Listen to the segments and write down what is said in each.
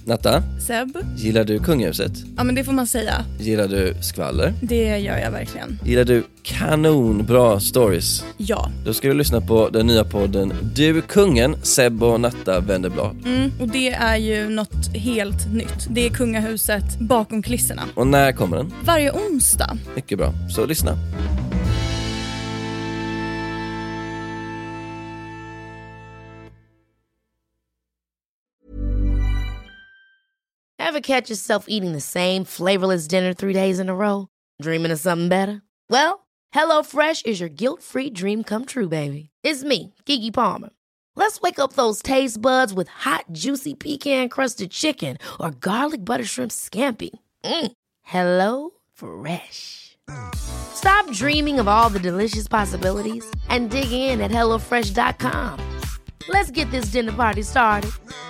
Natta, Seb. gillar du kungahuset? Ja, men det får man säga. Gillar du skvaller? Det gör jag verkligen. Gillar du kanonbra stories? Ja. Då ska du lyssna på den nya podden Du kungen, Seb och Natta vänder blad. Och det är ju något helt nytt. Det är kungahuset bakom kulisserna. Och när kommer den? Varje onsdag. Mycket bra, så lyssna. Ever catch yourself eating the same flavorless dinner 3 days in a row? Dreaming of something better? Well, HelloFresh is your guilt-free dream come true, baby. It's me, Keke Palmer. Let's wake up those taste buds with hot, juicy pecan-crusted chicken or garlic butter shrimp scampi. Hello Fresh. Stop dreaming of all the delicious possibilities and dig in at HelloFresh.com. Let's get this dinner party started.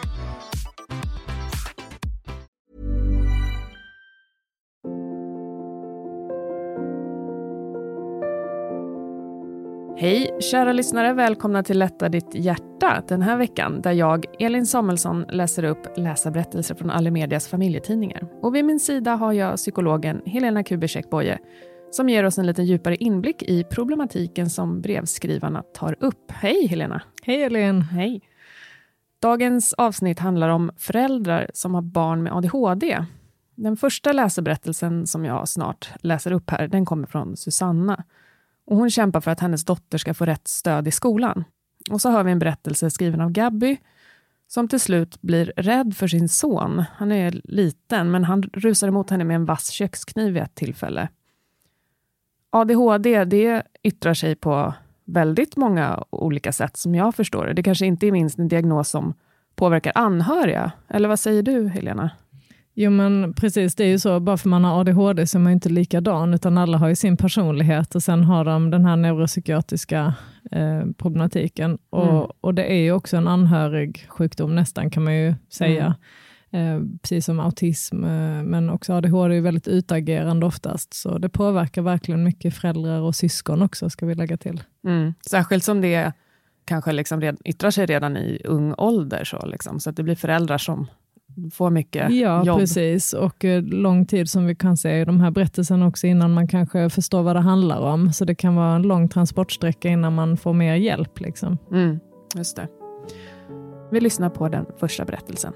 Hej kära lyssnare, välkomna till Lätta ditt hjärta den här veckan där jag, Elin Samuelsson, läser upp läsarberättelser från Allemedias familjetidningar. Och vid min sida har jag psykologen Helena Kubicek-Boye som ger oss en lite djupare inblick i problematiken som brevskrivarna tar upp. Hej Helena! Hej Elin! Hej! Dagens avsnitt handlar om föräldrar som har barn med ADHD. Den första läsarberättelsen som jag snart läser upp här, den kommer från Susanna. Och hon kämpar för att hennes dotter ska få rätt stöd i skolan. Och så har vi en berättelse skriven av Gabby som till slut blir rädd för sin son. Han är liten men han rusar emot henne med en vass kökskniv vid ett tillfälle. ADHD, det yttrar sig på väldigt många olika sätt som jag förstår det. Det kanske inte är minst en diagnos som påverkar anhöriga. Eller vad säger du, Helena? Jo men precis, det är ju så, bara för man har ADHD så är man inte likadan utan alla har ju sin personlighet och sen har de den här neuropsykiatriska problematiken och det är ju också en anhörig sjukdom nästan kan man ju säga, precis som autism, men också ADHD är väldigt utagerande oftast så det påverkar verkligen mycket föräldrar och syskon också ska vi lägga till. Särskilt som det kanske liksom yttrar sig redan i ung ålder så att det blir föräldrar som får mycket jobb. Ja, precis. Och lång tid som vi kan se i de här berättelserna också innan man kanske förstår vad det handlar om. Så det kan vara en lång transportsträcka innan man får mer hjälp. Liksom. Just det. Vi lyssnar på den första berättelsen.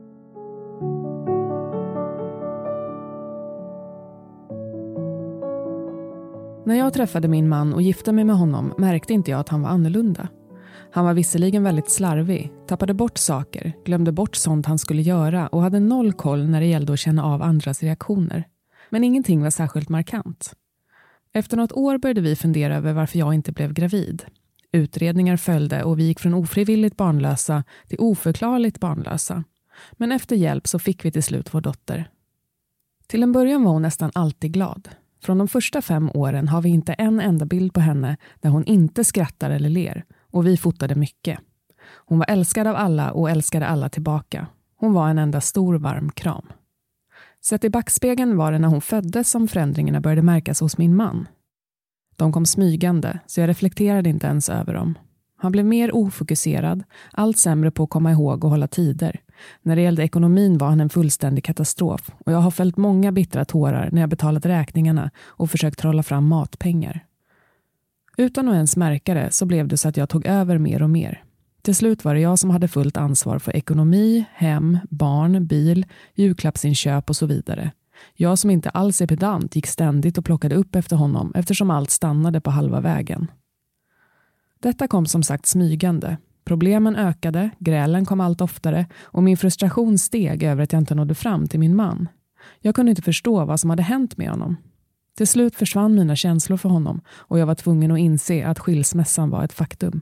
När jag träffade min man och gifte mig med honom märkte inte jag att han var annorlunda. Han var visserligen väldigt slarvig, tappade bort saker, glömde bort sånt han skulle göra och hade noll koll när det gällde att känna av andras reaktioner. Men ingenting var särskilt markant. Efter något år började vi fundera över varför jag inte blev gravid. Utredningar följde och vi gick från ofrivilligt barnlösa till oförklarligt barnlösa. Men efter hjälp så fick vi till slut vår dotter. Till en början var hon nästan alltid glad. Från de första 5 åren har vi inte en enda bild på henne där hon inte skrattar eller ler. Och vi fotade mycket. Hon var älskad av alla och älskade alla tillbaka. Hon var en enda stor varm kram. Sett i backspegeln var det när hon föddes som förändringarna började märkas hos min man. De kom smygande så jag reflekterade inte ens över dem. Han blev mer ofokuserad, allt sämre på att komma ihåg och hålla tider. När det gällde ekonomin var han en fullständig katastrof och jag har fällt många bittra tårar när jag betalat räkningarna och försökt trolla fram matpengar. Utan att ens märka det så blev det så att jag tog över mer och mer. Till slut var det jag som hade fullt ansvar för ekonomi, hem, barn, bil, julklappsinköp och så vidare. Jag som inte alls är pedant gick ständigt och plockade upp efter honom eftersom allt stannade på halva vägen. Detta kom som sagt smygande. Problemen ökade, grälen kom allt oftare och min frustration steg över att jag inte nådde fram till min man. Jag kunde inte förstå vad som hade hänt med honom. Till slut försvann mina känslor för honom och jag var tvungen att inse att skilsmässan var ett faktum.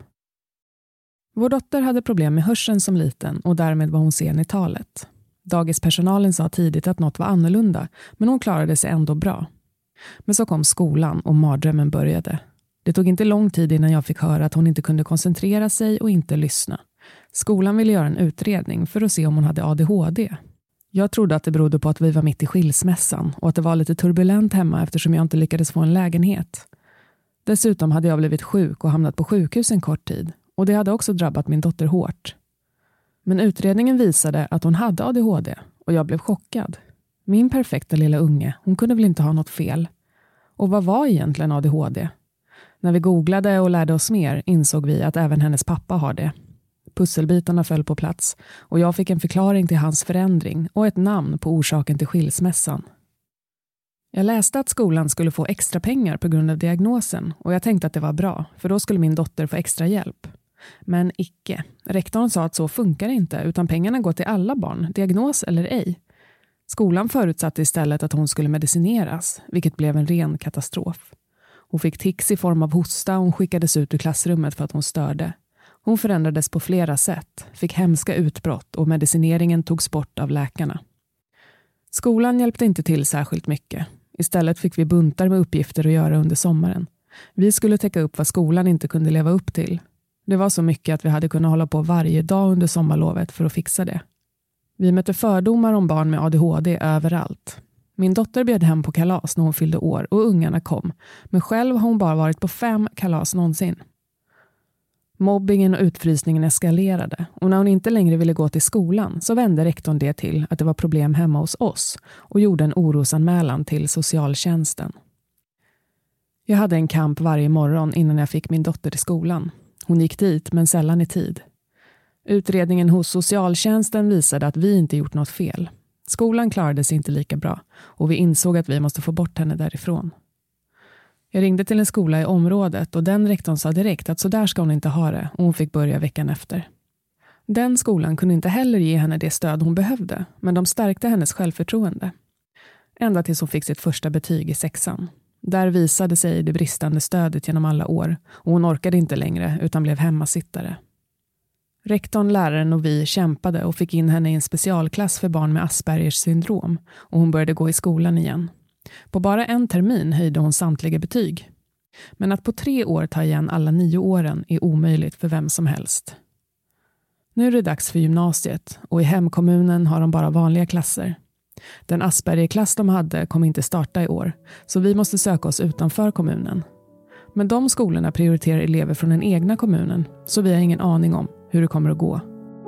Vår dotter hade problem med hörseln som liten och därmed var hon sen i talet. Dagispersonalen sa tidigt att något var annorlunda men hon klarade sig ändå bra. Men så kom skolan och mardrömmen började. Det tog inte lång tid innan jag fick höra att hon inte kunde koncentrera sig och inte lyssna. Skolan ville göra en utredning för att se om hon hade ADHD. Jag trodde att det berodde på att vi var mitt i skilsmässan och att det var lite turbulent hemma eftersom jag inte lyckades få en lägenhet. Dessutom hade jag blivit sjuk och hamnat på sjukhus en kort tid och det hade också drabbat min dotter hårt. Men utredningen visade att hon hade ADHD och jag blev chockad. Min perfekta lilla unge, hon kunde väl inte ha något fel. Och vad var egentligen ADHD? När vi googlade och lärde oss mer insåg vi att även hennes pappa har det. Pusselbitarna föll på plats och jag fick en förklaring till hans förändring och ett namn på orsaken till skilsmässan. Jag läste att skolan skulle få extra pengar på grund av diagnosen och jag tänkte att det var bra, för då skulle min dotter få extra hjälp. Men icke. Rektorn sa att så funkar inte, utan pengarna går till alla barn, diagnos eller ej. Skolan förutsatte istället att hon skulle medicineras, vilket blev en ren katastrof. Hon fick tics i form av hosta och hon skickades ut ur klassrummet för att hon störde. Hon förändrades på flera sätt, fick hemska utbrott och medicineringen togs bort av läkarna. Skolan hjälpte inte till särskilt mycket. Istället fick vi buntar med uppgifter att göra under sommaren. Vi skulle täcka upp vad skolan inte kunde leva upp till. Det var så mycket att vi hade kunnat hålla på varje dag under sommarlovet för att fixa det. Vi mötte fördomar om barn med ADHD överallt. Min dotter bjöd hem på kalas när hon fyllde år och ungarna kom. Men själv har hon bara varit på 5 kalas någonsin. Mobbingen och utfrysningen eskalerade och när hon inte längre ville gå till skolan så vände rektorn det till att det var problem hemma hos oss och gjorde en orosanmälan till socialtjänsten. Jag hade en kamp varje morgon innan jag fick min dotter till skolan. Hon gick dit men sällan i tid. Utredningen hos socialtjänsten visade att vi inte gjort något fel. Skolan klarade sig inte lika bra och vi insåg att vi måste få bort henne därifrån. Jag ringde till en skola i området och den rektorn sa direkt att så där ska hon inte ha det och hon fick börja veckan efter. Den skolan kunde inte heller ge henne det stöd hon behövde, men de stärkte hennes självförtroende. Ända tills hon fick sitt första betyg i 6:an. Där visade sig det bristande stödet genom alla år och hon orkade inte längre utan blev hemmasittare. Rektorn, läraren och vi kämpade och fick in henne i en specialklass för barn med Aspergers syndrom och hon började gå i skolan igen. På bara en termin höjde hon samtliga betyg. Men att på 3 år ta igen alla 9 åren är omöjligt för vem som helst. Nu är det dags för gymnasiet och i hemkommunen har de bara vanliga klasser. Den Asperger-klass de hade kom inte starta i år, så vi måste söka oss utanför kommunen. Men de skolorna prioriterar elever från den egna kommunen, så vi har ingen aning om hur det kommer att gå.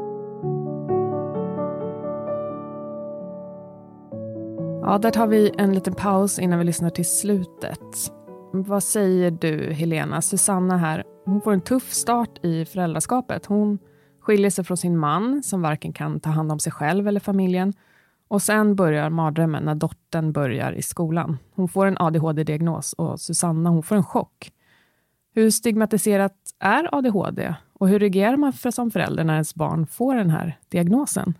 Ja, där tar vi en liten paus innan vi lyssnar till slutet. Vad säger du, Helena? Susanna här, hon får en tuff start i föräldraskapet. Hon skiljer sig från sin man som varken kan ta hand om sig själv eller familjen. Och sen börjar mardrömmen när dottern börjar i skolan. Hon får en ADHD-diagnos och Susanna hon får en chock. Hur stigmatiserat är ADHD? Och hur reagerar man som förälder när ens barn får den här diagnosen?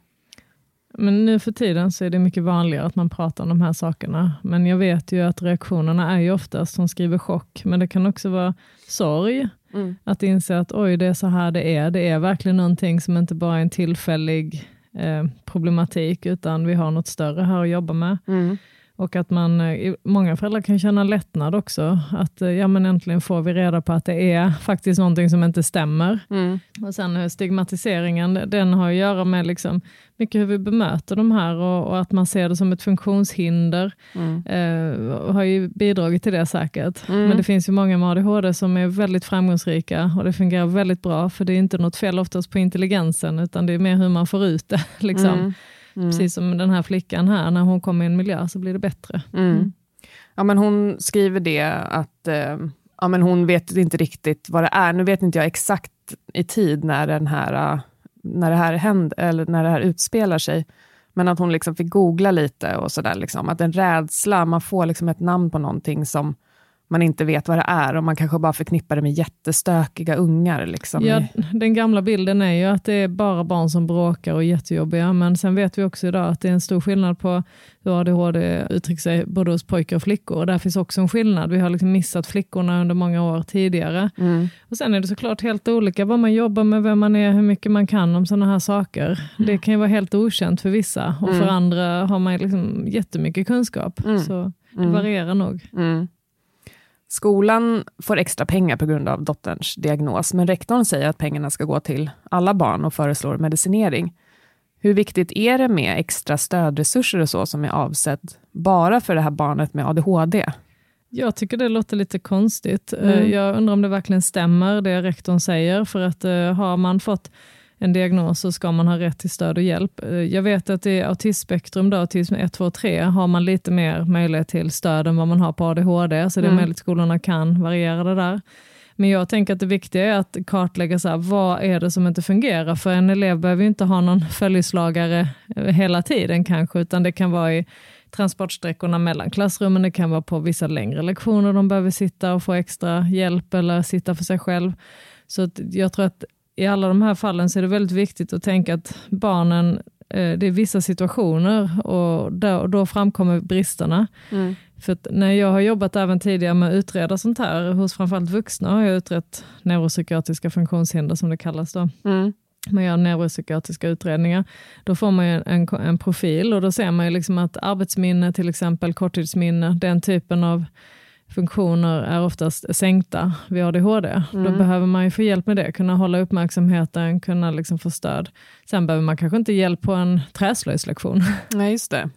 Men nu för tiden så är det mycket vanligare att man pratar om de här sakerna. Men jag vet ju att reaktionerna är ju oftast som skriver chock. Men det kan också vara sorg. Att inse att oj, det är så här det är. Det är verkligen någonting som inte bara är en tillfällig problematik. Utan vi har något större här att jobba med. Och att många föräldrar kan känna lättnad också. Att ja, men äntligen får vi reda på att det är faktiskt någonting som inte stämmer. Och sen stigmatiseringen, den har att göra med liksom mycket hur vi bemöter de här. Och att man ser det som ett funktionshinder. Har ju bidragit till det säkert. Men det finns ju många med ADHD som är väldigt framgångsrika. Och det fungerar väldigt bra. För det är inte något fel oftast på intelligensen. Utan det är mer hur man får ut det liksom. Precis som den här flickan här, när hon kommer i en miljö så blir det bättre. Ja, men hon skriver det att ja, men hon vet inte riktigt vad det är. Nu vet inte jag exakt i tid när det här händer eller när det här utspelar sig. Men att hon liksom fick googla lite och sådär liksom. Att en rädsla, man får liksom ett namn på någonting som man inte vet vad det är och man kanske bara förknippar det med jättestökiga ungar. Liksom. Ja, den gamla bilden är ju att det är bara barn som bråkar och är jättejobbiga, men sen vet vi också idag att det är en stor skillnad på hur ADHD uttrycker sig både hos pojkar och flickor, och där finns också en skillnad. Vi har liksom missat flickorna under många år tidigare. Och sen är det såklart helt olika vad man jobbar med, vem man är, hur mycket man kan om sådana här saker. Det kan ju vara helt okänt för vissa och för andra har man liksom jättemycket kunskap. Så det varierar nog. Skolan får extra pengar på grund av dotterns diagnos, men rektorn säger att pengarna ska gå till alla barn och föreslår medicinering. Hur viktigt är det med extra stödresurser och så som är avsett bara för det här barnet med ADHD? Jag tycker det låter lite konstigt. Jag undrar om det verkligen stämmer det rektorn säger, för att har man fått en diagnos så ska man ha rätt till stöd och hjälp. Jag vet att i autismspektrum, då, autism 1, 2, 3, har man lite mer möjlighet till stöd än vad man har på ADHD. Så det är möjligt att skolorna kan variera det där. Men jag tänker att det viktiga är att kartlägga så här, vad är det som inte fungerar. För en elev behöver ju inte ha någon följeslagare hela tiden kanske, utan det kan vara i transportsträckorna mellan klassrummen. Det kan vara på vissa längre lektioner de behöver sitta och få extra hjälp eller sitta för sig själv. Så att jag tror att i alla de här fallen så är det väldigt viktigt att tänka att barnen, det är vissa situationer och då framkommer bristerna. För att när jag har jobbat även tidigare med att utreda sånt här hos framförallt vuxna har jag utrett neuropsykiatriska funktionshinder som det kallas då. Man gör neuropsykiatriska utredningar. Då får man ju en profil och då ser man ju liksom att arbetsminne, till exempel korttidsminne, den typen av funktioner är oftast sänkta vid ADHD. Då behöver man ju få hjälp med det, kunna hålla uppmärksamheten, kunna liksom få stöd. Sen behöver man kanske inte hjälp på en träslöjdslektion. Nej, just det.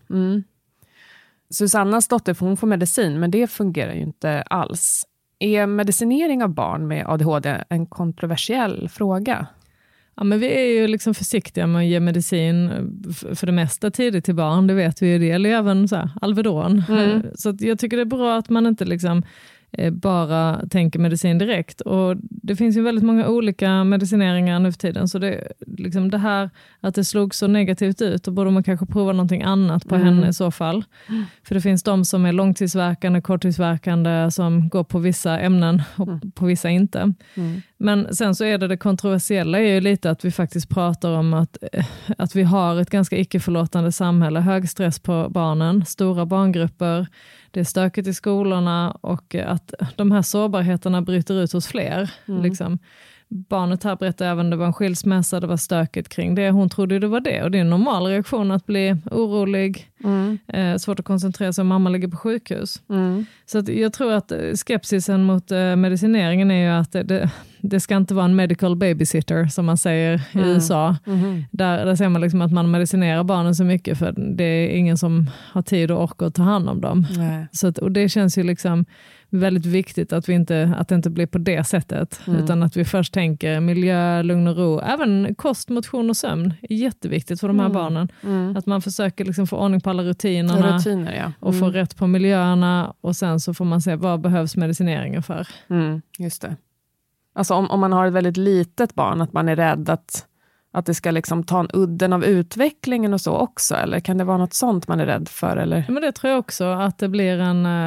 Susannas dotter, hon får medicin, men det fungerar ju inte alls. Är medicinering av barn med ADHD en kontroversiell fråga? Ja, men vi är ju liksom försiktiga med att ge medicin för det mesta tidigt till barn. Det vet vi ju, det gäller även så här, Alvedon. Så att jag tycker det är bra att man inte liksom bara tänker medicin direkt. Och det finns ju väldigt många olika medicineringar nu för tiden. Så det, liksom det här att det slog så negativt ut, då borde man kanske prova någonting annat på henne i så fall. För det finns de som är långtidsverkande, korttidsverkande, som går på vissa ämnen och på vissa inte. Men sen så är det kontroversiella är ju lite att vi faktiskt pratar om att vi har ett ganska icke-förlåtande samhälle. Hög stress på barnen, stora barngrupper, det är stökigt i skolorna och att de här sårbarheterna bryter ut hos fler. Liksom. Barnet här berättade även att det var en skilsmässa, det var stökigt kring det. Hon trodde det var det och det är en normal reaktion att bli orolig, svårt att koncentrera sig om mamma ligger på sjukhus. Så att jag tror att skepsisen mot medicineringen är ju att det ska inte vara en medical babysitter som man säger i USA. Där ser man liksom att man medicinerar barnen så mycket för det är ingen som har tid och orkar att ta hand om dem. Så att, och det känns ju liksom väldigt viktigt att det inte blir på det sättet. Utan att vi först tänker miljö, lugn och ro. Även kost, motion och sömn är jätteviktigt för de här barnen. Att man försöker liksom få ordning på alla rutinerna. Och få rätt på miljöerna. Och sen så får man se vad behövs medicineringen för. Just det. Alltså om man har ett väldigt litet barn, att man är rädd att det ska liksom ta en udden av utvecklingen och så också, eller kan det vara något sånt man är rädd för? Eller? Men det tror jag också, att det blir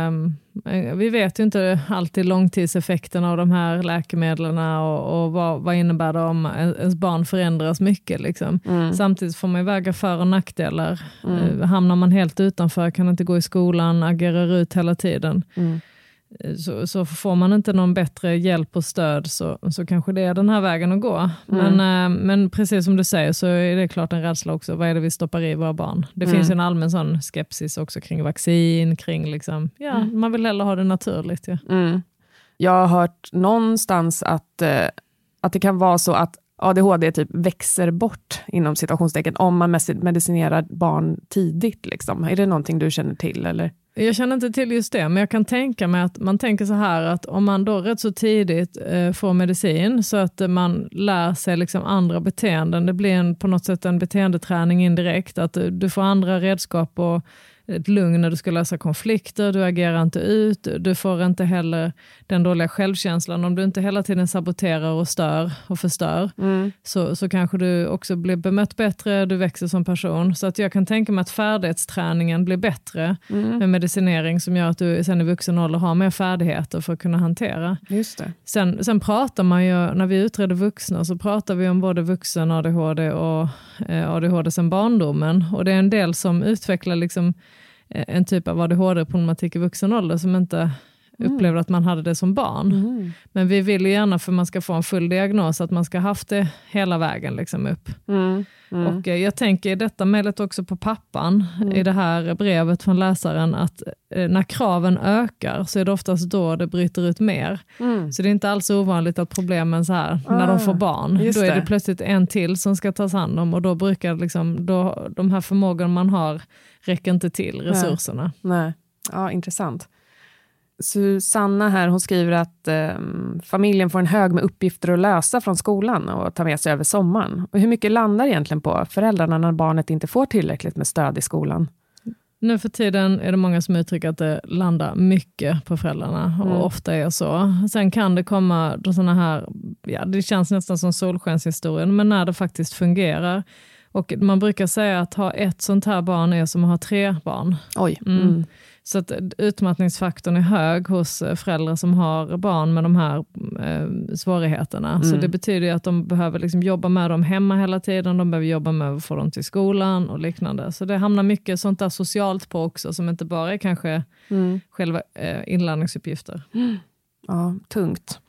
vi vet ju inte alltid långtidseffekten av de här läkemedlen och vad innebär det om ens barn förändras mycket liksom. Samtidigt får man ju väga för- och nackdelar. Hamnar man helt utanför, kan inte gå i skolan, agerar ut hela tiden. Så får man inte någon bättre hjälp och stöd så kanske det är den här vägen att gå. Men precis som du säger så är det klart en rädsla också. Vad är det vi stoppar i våra barn? Det finns ju en allmän sån skepsis också kring vaccin, kring liksom, man vill hellre ha det naturligt. Ja. Jag har hört någonstans att det kan vara så att ADHD typ växer bort inom situationstecken om man medicinerar barn tidigt. Liksom. Är det någonting du känner till eller? Jag känner inte till just det, men jag kan tänka mig att man tänker så här att om man då rätt så tidigt får medicin så att man lär sig liksom andra beteenden. Det blir på något sätt en beteendeträning indirekt, att du får andra redskap och ett lugn när du ska lösa konflikter, du agerar inte ut, du får inte heller den dåliga självkänslan. Om du inte hela tiden saboterar och stör och förstör så kanske du också blir bemött bättre, du växer som person. Så att jag kan tänka mig att färdighetsträningen blir bättre med medicinering som gör att du sen i vuxen ålder har mer färdigheter för att kunna hantera. Just det. Sen pratar man ju, när vi utreder vuxna så pratar vi om både vuxen ADHD och ADHD sen barndomen. Och det är en del som utvecklar liksom en typ av ADHD-problematik i vuxen ålder som inte upplevde att man hade det som barn. Men vi vill ju gärna, för man ska få en full diagnos, att man ska haft det hela vägen liksom upp. Och jag tänker i detta mejlet också på pappan i det här brevet från läsaren att när kraven ökar så är det oftast då det bryter ut mer. Så det är inte alls ovanligt att problemen så här när de får barn, då är det plötsligt en till som ska tas hand om och då brukar liksom, då, de här förmågorna man har räcker inte till resurserna. Nej. Ja, intressant. Susanna här, hon skriver att familjen får en hög med uppgifter att lösa från skolan och ta med sig över sommaren. Och hur mycket landar egentligen på föräldrarna när barnet inte får tillräckligt med stöd i skolan? Nu för tiden är det många som uttrycker att det landar mycket på föräldrarna och ofta är så. Sen kan det komma då såna här, det känns nästan som solskenshistorien, men när det faktiskt fungerar. Och man brukar säga att ha ett sånt här barn är som att ha 3 barn. Oj. Så att utmattningsfaktorn är hög hos föräldrar som har barn med de här svårigheterna. Så det betyder ju att de behöver liksom jobba med dem hemma hela tiden. De behöver jobba med att få dem till skolan och liknande. Så det hamnar mycket sånt där socialt på också, som inte bara är kanske själva inlärningsuppgifter. Ja, tungt.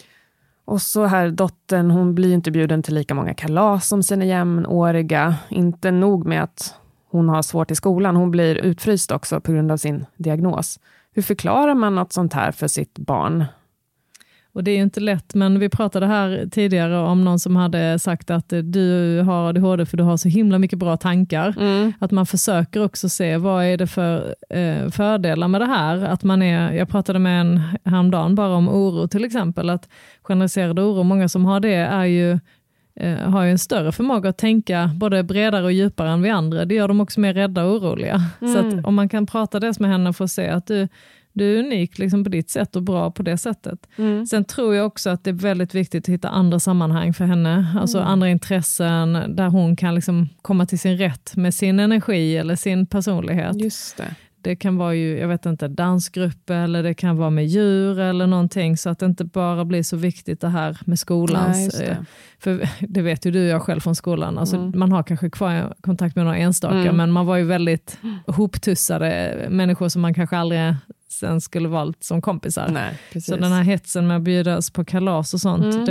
Och så här, dottern, hon blir inte bjuden till lika många kalas som sina jämnåriga. Inte nog med att hon har svårt i skolan, hon blir utfryst också på grund av sin diagnos. Hur förklarar man något sånt här för sitt barn? Och det är ju inte lätt, men vi pratade här tidigare om någon som hade sagt att du har ADHD för du har så himla mycket bra tankar. Att man försöker också se vad är det för fördelar med det här. Att man jag pratade med en häromdagen bara om oro till exempel. Att generaliserad oro, många som har det är ju har ju en större förmåga att tänka både bredare och djupare än vi andra. Det gör dem också mer rädda och oroliga. Så att om man kan prata det med henne för att se att du är unik liksom på ditt sätt och bra på det sättet. Sen tror jag också att det är väldigt viktigt att hitta andra sammanhang för henne. Alltså andra intressen där hon kan liksom komma till sin rätt med sin energi eller sin personlighet. Just det. Det kan vara ju, jag vet inte, dansgrupper eller det kan vara med djur eller någonting, så att det inte bara blir så viktigt det här med skolans. Nej, för det vet ju du och jag själv från skolan. Alltså, man har kanske kvar kontakt med några enstaka, men man var ju väldigt hoptussade människor som man kanske aldrig sen skulle valt som kompisar. Nej, precis. Så den här hetsen med att bjudas på kalas och sånt,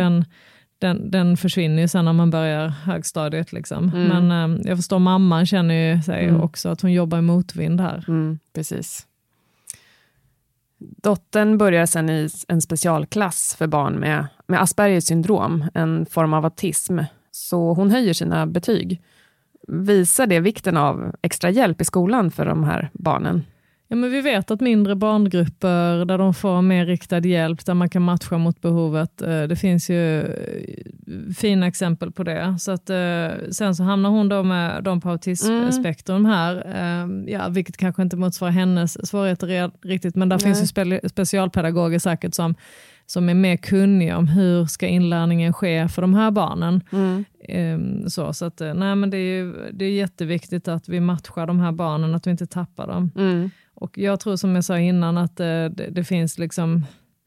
den försvinner ju sen när man börjar högstadiet. Liksom. Men jag förstår, mamman känner ju sig också att hon jobbar i motvind här. Precis. Dottern börjar sen i en specialklass för barn med Aspergers syndrom, en form av autism. Så hon höjer sina betyg. Visar det vikten av extra hjälp i skolan för de här barnen? Ja, men vi vet att mindre barngrupper där de får mer riktad hjälp, där man kan matcha mot behovet. Det finns ju fina exempel på det. Så att, sen så hamnar hon då med dem på autismspektrum här. Vilket kanske inte motsvarar hennes svårigheter riktigt. Men där finns ju specialpedagoger säkert som är mer kunniga om hur ska inlärningen ske för de här barnen. Så att, men det är jätteviktigt att vi matchar de här barnen, att vi inte tappar dem. Och jag tror, som jag sa innan, att det finns liksom,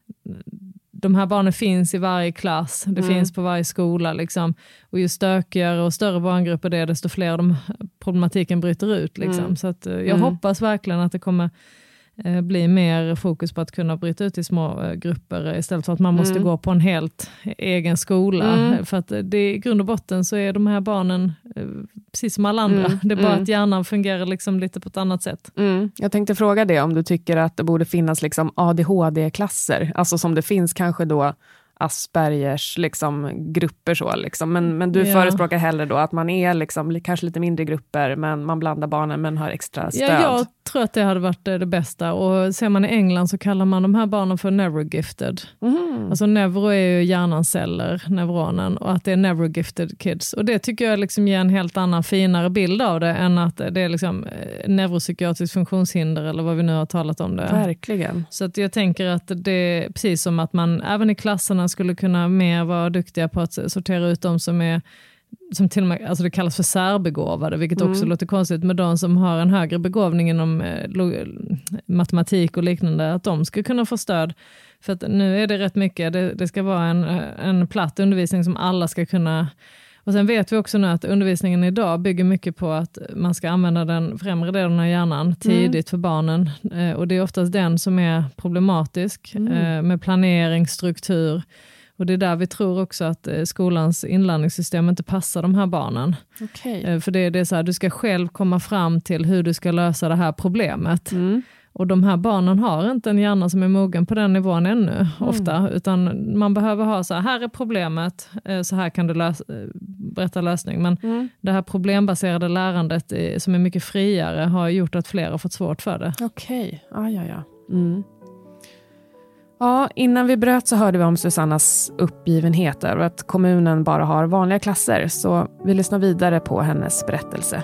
de här barnen finns i varje klass, det finns på varje skola liksom. Och ju stökigare och större barngrupper det är, desto fler problematiken bryter ut liksom. Så att jag hoppas verkligen att det kommer bli mer fokus på att kunna bryta ut i små grupper istället för att man måste gå på en helt egen skola. För att i grund och botten så är de här barnen precis som alla andra. Det är bara att hjärnan fungerar liksom lite på ett annat sätt. Jag tänkte fråga det, om du tycker att det borde finnas liksom ADHD-klasser. Alltså som det finns kanske då Aspergers liksom grupper så liksom. Men du förespråkar hellre då att man är liksom kanske lite mindre grupper, men man blandar barnen men har extra stöd. Ja, jag tror att det hade varit det bästa. Och ser man i England så kallar man de här barnen för neurogifted. Alltså neuro är ju hjärnans celler, neuronen, och att det är neurogifted kids. Och det tycker jag liksom ger en helt annan, finare bild av det än att det är liksom neuropsykiatrisk funktionshinder eller vad vi nu har talat om det. Verkligen. Så att jag tänker att det är precis som att man även i klasserna skulle kunna mer vara duktiga på att sortera ut de som till och med, alltså det kallas för särbegåvade, vilket också låter konstigt, med de som har en högre begåvning inom matematik och liknande, att de ska kunna få stöd. För att nu är det rätt mycket, det ska vara en platt undervisning som alla ska kunna. Och sen vet vi också nu att undervisningen idag bygger mycket på att man ska använda den främre delen av hjärnan tidigt för barnen. Och det är oftast den som är problematisk med planering, struktur. Och det är där vi tror också att skolans inlärningssystem inte passar de här barnen. Okay. För det är så här, du ska själv komma fram till hur du ska lösa det här problemet. Och de här barnen har inte en hjärna som är mogen på den nivån ännu ofta. Utan man behöver ha så här är problemet, så här kan du berätta lösning. Men det här problembaserade lärandet som är mycket friare har gjort att fler har fått svårt för det. Okej, ja. Ja, innan vi bröt så hörde vi om Susannas uppgivenhet över att kommunen bara har vanliga klasser, så vi lyssnar vidare på hennes berättelse.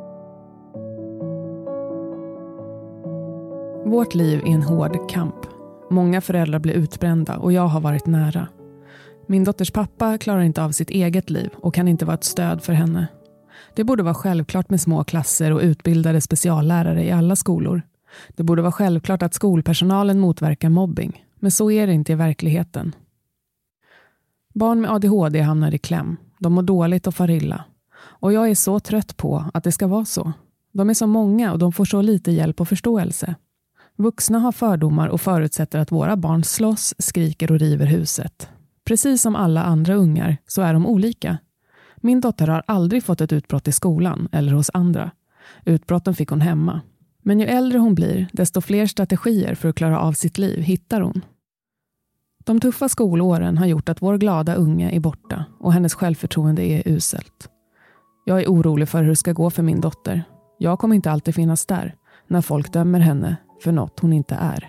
Vårt liv är en hård kamp. Många föräldrar blir utbrända och jag har varit nära. Min dotters pappa klarar inte av sitt eget liv och kan inte vara ett stöd för henne. Det borde vara självklart med små klasser och utbildade speciallärare i alla skolor. Det borde vara självklart att skolpersonalen motverkar mobbing, men så är det inte i verkligheten. Barn med ADHD hamnar i kläm. De mår dåligt och far illa. Och jag är så trött på att det ska vara så. De är så många och de får så lite hjälp och förståelse. Vuxna har fördomar och förutsätter att våra barn slåss, skriker och river huset. Precis som alla andra ungar så är de olika. Min dotter har aldrig fått ett utbrott i skolan eller hos andra. Utbrotten fick hon hemma. Men ju äldre hon blir, desto fler strategier för att klara av sitt liv hittar hon. De tuffa skolåren har gjort att vår glada unge är borta och hennes självförtroende är uselt. Jag är orolig för hur det ska gå för min dotter. Jag kommer inte alltid finnas där när folk dömer henne för något hon inte är.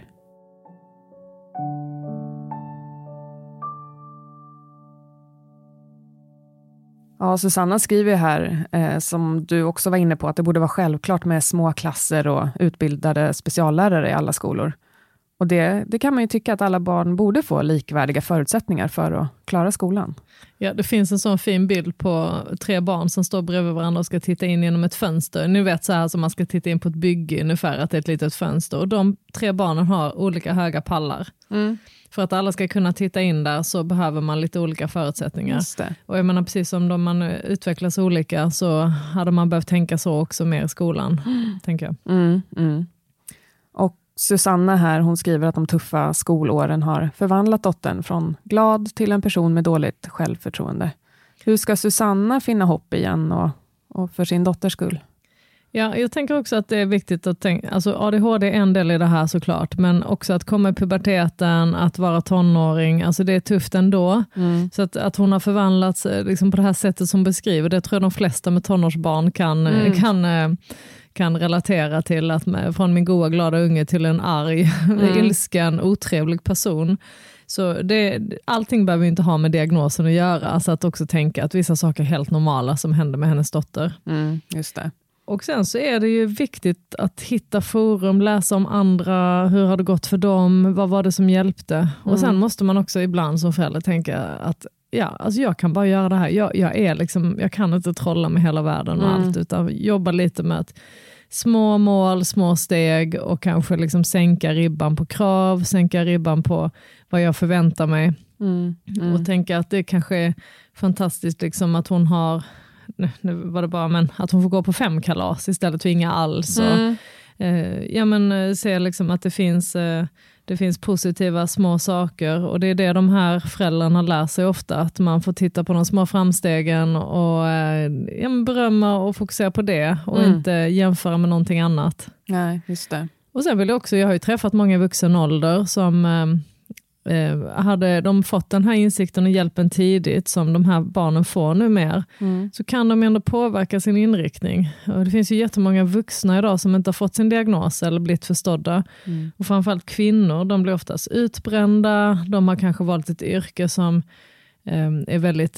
Ja, Susanna skriver här, som du också var inne på, att det borde vara självklart med små klasser och utbildade speciallärare i alla skolor. Och det kan man ju tycka att alla barn borde få likvärdiga förutsättningar för att klara skolan. Ja, det finns en sån fin bild på 3 barn som står bredvid varandra och ska titta in genom ett fönster. Ni vet så här som man ska titta in på ett bygge ungefär, att det är ett litet fönster. Och de 3 barnen har olika höga pallar. Mm. För att alla ska kunna titta in där så behöver man lite olika förutsättningar. Just det. Och jag menar, precis som man utvecklas olika så hade man behövt tänka så också mer i skolan, tänker jag. Och Susanna här, hon skriver att de tuffa skolåren har förvandlat dottern från glad till en person med dåligt självförtroende. Hur ska Susanna finna hopp igen och för sin dotters skull? Ja, jag tänker också att det är viktigt att tänka, alltså ADHD är en del i det här såklart, men också att komma i puberteten, att vara tonåring, alltså det är tufft ändå. Så att hon har förvandlats liksom på det här sättet som beskriver, det tror jag de flesta med tonårsbarn kan relatera till, att från min goda glada unge till en arg, ilsken, otrevlig person. Så allting behöver inte ha med diagnosen att göra, alltså att också tänka att vissa saker är helt normala som händer med hennes dotter. Just det. Och sen så är det ju viktigt att hitta forum, läsa om andra, hur har det gått för dem, vad var det som hjälpte? Och sen måste man också ibland som förälder tänka att alltså jag kan bara göra det här. Jag kan inte trolla med hela världen och allt, utan jobba lite med att små mål, små steg och kanske liksom sänka ribban på krav, sänka ribban på vad jag förväntar mig. Och tänka att det kanske är fantastiskt liksom att hon har, nu var det bara, men att hon får gå på 5 kalas istället för inga alls. Och, se liksom att det finns positiva små saker, och det är det de här föräldrarna lär sig ofta, att man får titta på de små framstegen och berömma och fokusera på det och inte jämföra med någonting annat. Nej, just det. Och sen vill jag har ju träffat många i vuxen ålder som hade de fått den här insikten och hjälpen tidigt som de här barnen får nu mer, så kan de ändå påverka sin inriktning. Och det finns ju jättemånga vuxna idag som inte har fått sin diagnos eller blivit förstådda. Och framförallt kvinnor, de blir oftast utbrända, de har kanske valt ett yrke som är väldigt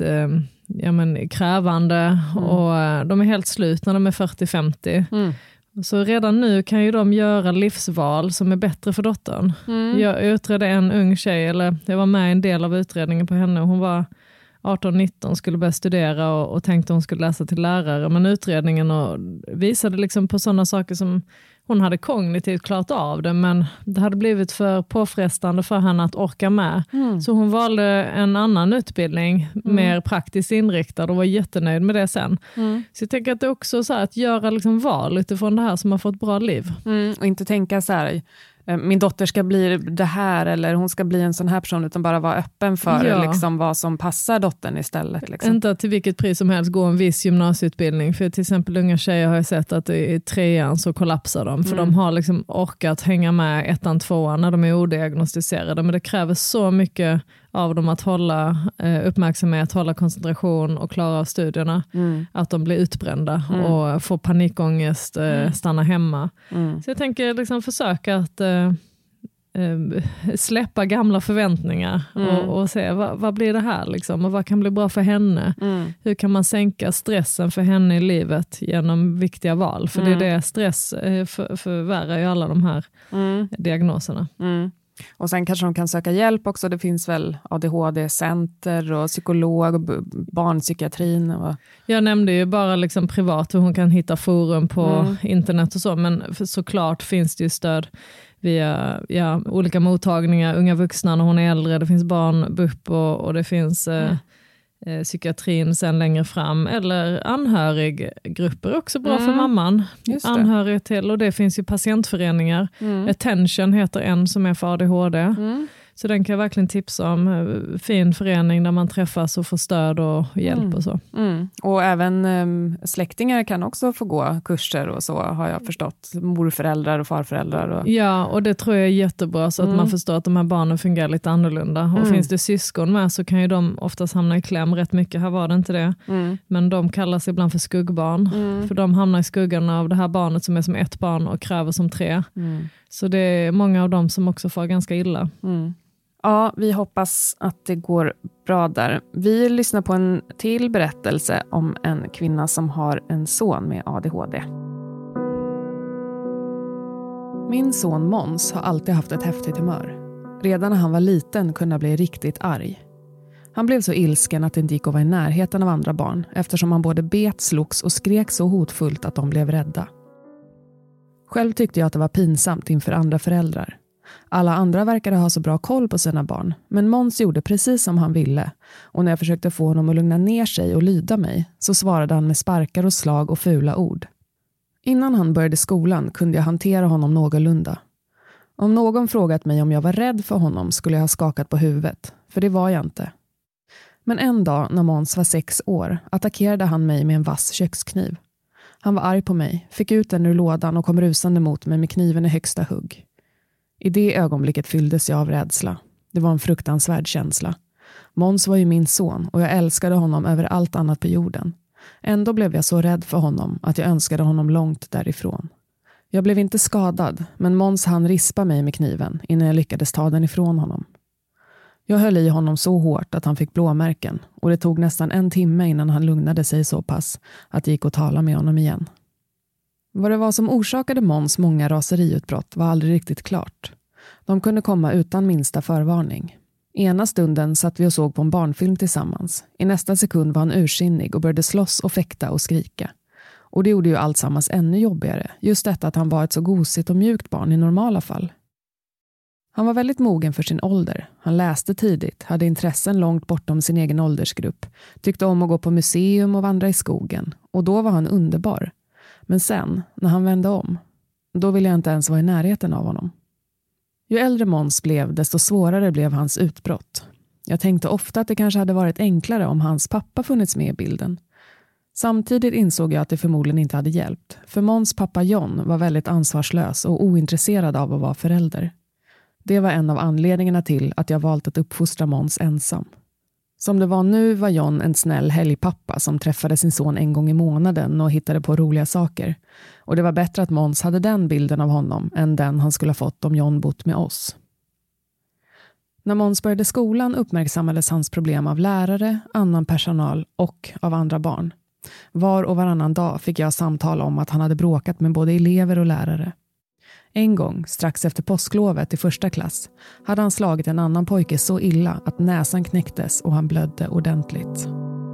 krävande och de är helt slut när de är 40-50. Så redan nu kan ju de göra livsval som är bättre för dottern. Jag utredde en ung tjej, eller jag var med i en del av utredningen på henne. Hon var 18-19, skulle börja studera och tänkte hon skulle läsa till lärare. Men utredningen visade liksom på sådana saker som hon hade kognitivt klart av det, men det hade blivit för påfrestande för henne att orka med. Så hon valde en annan utbildning, mer praktiskt inriktad, och var jättenöjd med det sen. Så jag tänker att det är också så här, att göra liksom val utifrån det här som har fått bra liv. Och inte tänka så här, min dotter ska bli det här eller hon ska bli en sån här person, utan bara vara öppen för liksom vad som passar dottern istället. Liksom. Inte till vilket pris som helst gå en viss gymnasieutbildning. För till exempel unga tjejer har jag sett att i 3:an så kollapsar de. För de har liksom orkat hänga med 1:an, 2:an när de är odiagnostiserade. Men det kräver så mycket av dem att hålla uppmärksamhet, hålla koncentration och klara av studierna. Att de blir utbrända och får panikångest, stanna hemma. Så jag tänker liksom försöka att släppa gamla förväntningar och se vad blir det här liksom, och vad kan bli bra för henne. Hur kan man sänka stressen för henne i livet genom viktiga val, för det är det stress förvärrar ju alla de här diagnoserna. Och sen kanske de kan söka hjälp också. Det finns väl ADHD-center och psykolog och barnpsykiatrin. Jag nämnde ju bara liksom privat hur hon kan hitta forum på internet och så. Men såklart finns det ju stöd via olika mottagningar, unga vuxna när hon är äldre. Det finns barn, BUP och det finns psykiatrin sen längre fram. Eller anhöriggrupper också bra för mamman. Anhörig till, och det finns ju patientföreningar. Attention heter en som är för ADHD. Så den kan jag verkligen tipsa om. Fin förening där man träffas och får stöd och hjälp och så. Och även släktingar kan också få gå kurser och så, har jag förstått. Morföräldrar och farföräldrar. Ja, och det tror jag är jättebra, så att man förstår att de här barnen fungerar lite annorlunda. Och finns det syskon med så kan ju de oftast hamna i kläm rätt mycket. Här var det inte det. Men de kallas ibland för skuggbarn. För de hamnar i skuggan av det här barnet som är som ett barn och kräver som 3. Så det är många av dem som också får ganska illa. Ja, vi hoppas att det går bra där. Vi lyssnar på en till berättelse om en kvinna som har en son med ADHD. Min son Måns har alltid haft ett häftigt humör. Redan när han var liten kunde han bli riktigt arg. Han blev så ilsken att det inte gick att vara i närheten av andra barn, eftersom han både bet, slogs och skrek så hotfullt att de blev rädda. Själv tyckte jag att det var pinsamt inför andra föräldrar. Alla andra verkade ha så bra koll på sina barn, men Måns gjorde precis som han ville, och när jag försökte få honom att lugna ner sig och lyda mig så svarade han med sparkar och slag och fula ord. Innan han började skolan kunde jag hantera honom någorlunda. Om någon frågat mig om jag var rädd för honom skulle jag ha skakat på huvudet, för det var jag inte. Men en dag när Måns var 6 år attackerade han mig med en vass kökskniv. Han var arg på mig, fick ut den ur lådan och kom rusande mot mig med kniven i högsta hugg. I det ögonblicket fylldes jag av rädsla. Det var en fruktansvärd känsla. Måns var ju min son och jag älskade honom över allt annat på jorden. Ändå blev jag så rädd för honom att jag önskade honom långt därifrån. Jag blev inte skadad, men Måns hann rispa mig med kniven innan jag lyckades ta den ifrån honom. Jag höll i honom så hårt att han fick blåmärken, och det tog nästan 1 timme innan han lugnade sig så pass att det gick att tala med honom igen. Vad det var som orsakade Måns många raseriutbrott var aldrig riktigt klart. De kunde komma utan minsta förvarning. Ena stunden satt vi och såg på en barnfilm tillsammans. I nästa sekund var han ursinnig och började slåss och fäkta och skrika. Och det gjorde ju alltsammans ännu jobbigare. Just detta att han var ett så gosigt och mjukt barn i normala fall. Han var väldigt mogen för sin ålder. Han läste tidigt, hade intressen långt bortom sin egen åldersgrupp. Tyckte om att gå på museum och vandra i skogen. Och då var han underbar. Men sen, när han vände om, då ville jag inte ens vara i närheten av honom. Ju äldre Måns blev, desto svårare blev hans utbrott. Jag tänkte ofta att det kanske hade varit enklare om hans pappa funnits med i bilden. Samtidigt insåg jag att det förmodligen inte hade hjälpt. För Måns pappa John var väldigt ansvarslös och ointresserad av att vara förälder. Det var en av anledningarna till att jag valt att uppfostra Måns ensam. Som det var nu var John en snäll helgpappa som träffade sin son en gång i månaden och hittade på roliga saker. Och det var bättre att Måns hade den bilden av honom än den han skulle ha fått om John bott med oss. När Måns började skolan uppmärksammades hans problem av lärare, annan personal och av andra barn. Var och varannan dag fick jag samtal om att han hade bråkat med både elever och lärare. En gång, strax efter påsklovet i 1:a klass, hade han slagit en annan pojke så illa att näsan knäcktes och han blödde ordentligt.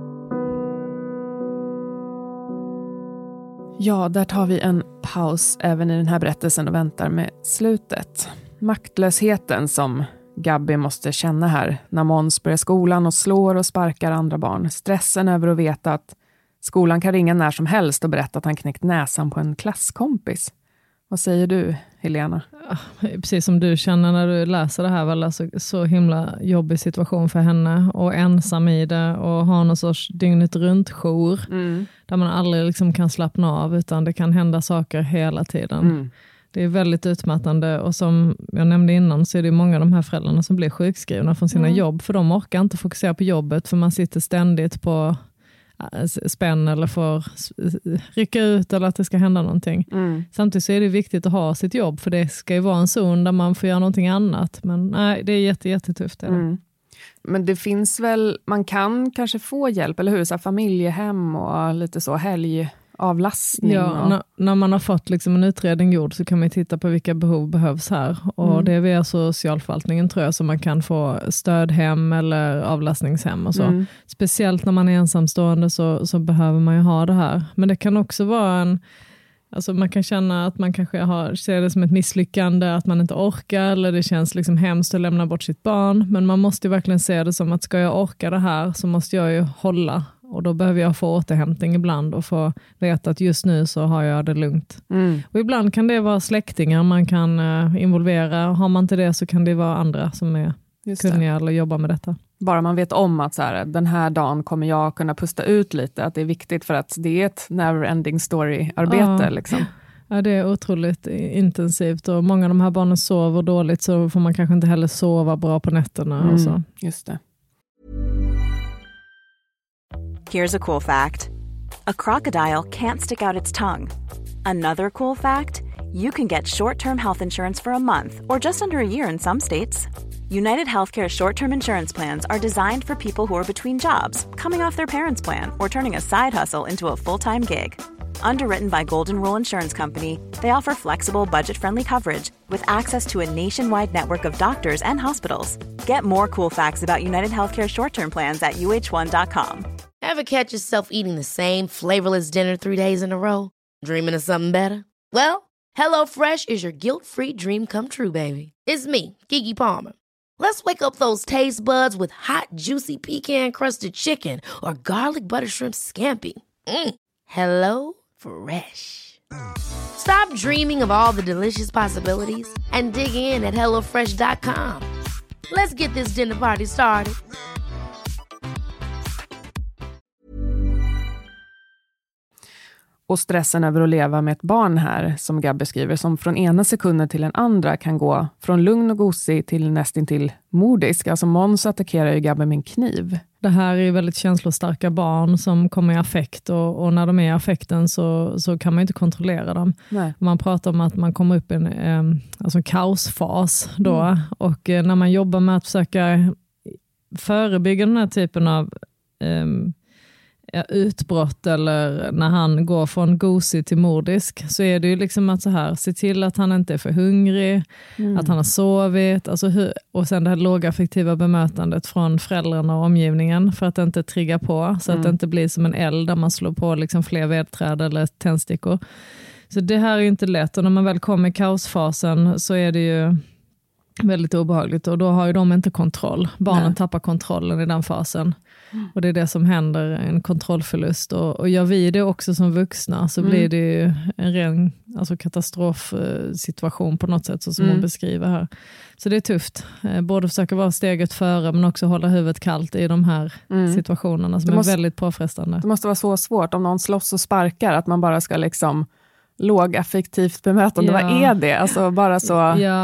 Ja, där tar vi en paus även i den här berättelsen och väntar med slutet. Maktlösheten som Gabby måste känna här när Måns börjar skolan och slår och sparkar andra barn. Stressen över att veta att skolan kan ringa när som helst och berätta att han knäckt näsan på en klasskompis. Vad säger du, Helena? Precis som du känner när du läser det här, väl, alltså, så himla jobbig situation för henne och ensam i det och ha någon sorts dygnet runt jour där man aldrig liksom kan slappna av utan det kan hända saker hela tiden. Det är väldigt utmattande och som jag nämnde innan så är det många av de här föräldrarna som blir sjukskrivna från sina jobb för de orkar inte fokusera på jobbet för man sitter ständigt på spänn eller får rycka ut eller att det ska hända någonting. Samtidigt så är det viktigt att ha sitt jobb, för det ska ju vara en zon där man får göra någonting annat. Men nej, det är jättetufft. Men det finns väl, man kan kanske få hjälp, eller hur? Så här, familjehem och lite så helgavlastning. Ja, när man har fått liksom en utredning gjord så kan man titta på vilka behov behövs här. Och det är via socialförvaltningen tror jag som man kan få stödhem eller avlastningshem och så. Speciellt när man är ensamstående så behöver man ju ha det här. Men det kan också vara alltså man kan känna att man kanske ser det som ett misslyckande, att man inte orkar, eller det känns liksom hemskt att lämna bort sitt barn. Men man måste ju verkligen se det som att ska jag orka det här så måste jag ju hålla. Och då behöver jag få återhämtning ibland och få veta att just nu så har jag det lugnt. Och ibland kan det vara släktingar man kan involvera. Har man inte det så kan det vara andra som är kunniga eller jobbar med detta. Bara man vet om att så här, den här dagen kommer jag kunna pusta ut lite. Att det är viktigt för att det är ett never-ending story-arbete. Liksom. Ja, det är otroligt intensivt. Och många av de här barnen sover dåligt, så får man kanske inte heller sova bra på nätterna. Och så. Just det. Here's a cool fact. A crocodile can't stick out its tongue. Another cool fact, you can get short-term health insurance for a month or just under a year in some states. United Healthcare short-term insurance plans are designed for people who are between jobs, coming off their parents' plan, or turning a side hustle into a full-time gig. Underwritten by Golden Rule Insurance Company, they offer flexible, budget-friendly coverage with access to a nationwide network of doctors and hospitals. Get more cool facts about United Healthcare short-term plans at uh1.com. Ever catch yourself eating the same flavorless dinner 3 days in a row? Dreaming of something better? Well, HelloFresh is your guilt-free dream come true, baby. It's me, Keke Palmer. Let's wake up those taste buds with hot, juicy pecan-crusted chicken or garlic butter shrimp scampi. Hello Fresh. Stop dreaming of all the delicious possibilities and dig in at HelloFresh.com. Let's get this dinner party started. Och stressen över att leva med ett barn här, som Gab beskriver, som från ena sekunden till en andra kan gå från lugn och gosig till nästintill mordisk. Alltså Måns attackerar ju Gab med en kniv. Det här är väldigt känslostarka barn som kommer i affekt, och när de är i affekten så kan man inte kontrollera dem. Nej. Man pratar om att man kommer upp i en kaosfas då, och när man jobbar med att försöka förebygga den här typen av utbrott, eller när han går från gosig till mordisk, så är det ju liksom att så här, se till att han inte är för hungrig, att han har sovit, alltså och sen det här lågaffektiva bemötandet från föräldrarna och omgivningen för att det inte triggar på, så att det inte blir som en eld där man slår på liksom fler vedträd eller tändstickor. Så det här är ju inte lätt, och när man väl kommer i kaosfasen så är det ju väldigt obehagligt, och då har ju de inte kontroll. Barnen tappar kontrollen i den fasen. Och det är det som händer, en kontrollförlust. Och gör vi det också som vuxna så blir det ju en ren katastrofsituation på något sätt, så som hon beskriver här. Så det är tufft. Både försöka vara steget före, men också hålla huvudet kallt i de här situationerna som är väldigt påfrestande. Det måste vara så svårt om någon slåss och sparkar, att man bara ska liksom lågaffektivt bemötande. Vad är det? Alltså bara så...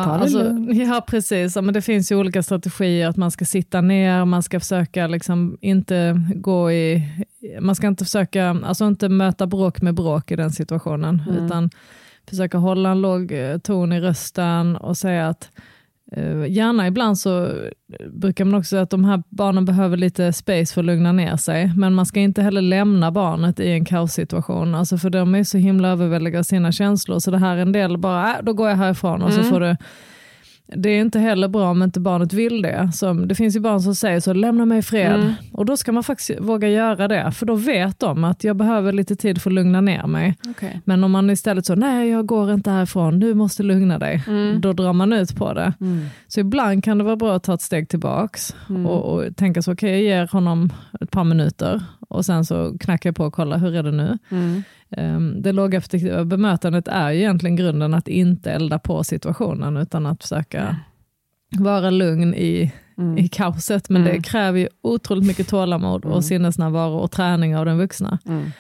Ja, precis. Ja, men det finns ju olika strategier, att man ska sitta ner, man ska försöka liksom inte gå i... Man ska inte försöka, alltså inte möta bråk med bråk i den situationen, utan försöka hålla en låg ton i rösten och säga att gärna ibland så brukar man också säga att de här barnen behöver lite space för att lugna ner sig, men man ska inte heller lämna barnet i en kaossituation, alltså för de är så himla överväldigade av sina känslor, så det här är en del bara, då går jag härifrån och så får du. Det är inte heller bra om inte barnet vill det. Det finns ju barn som säger så, lämna mig i fred. Och då ska man faktiskt våga göra det. För då vet de att jag behöver lite tid för att lugna ner mig. Okay. Men om man istället så, nej jag går inte härifrån, du måste lugna dig. Då drar man ut på det. Så ibland kan det vara bra att ta ett steg tillbaks. Och tänka så, okej, jag ger honom ett par minuter. Och sen så knackar jag på och kollar, hur är det nu? Det lågaffektiva bemötandet är ju egentligen grunden, att inte elda på situationen, utan att försöka vara lugn i kaoset. Men det kräver ju otroligt mycket tålamod och sinnesnärvaro och träning av den vuxna.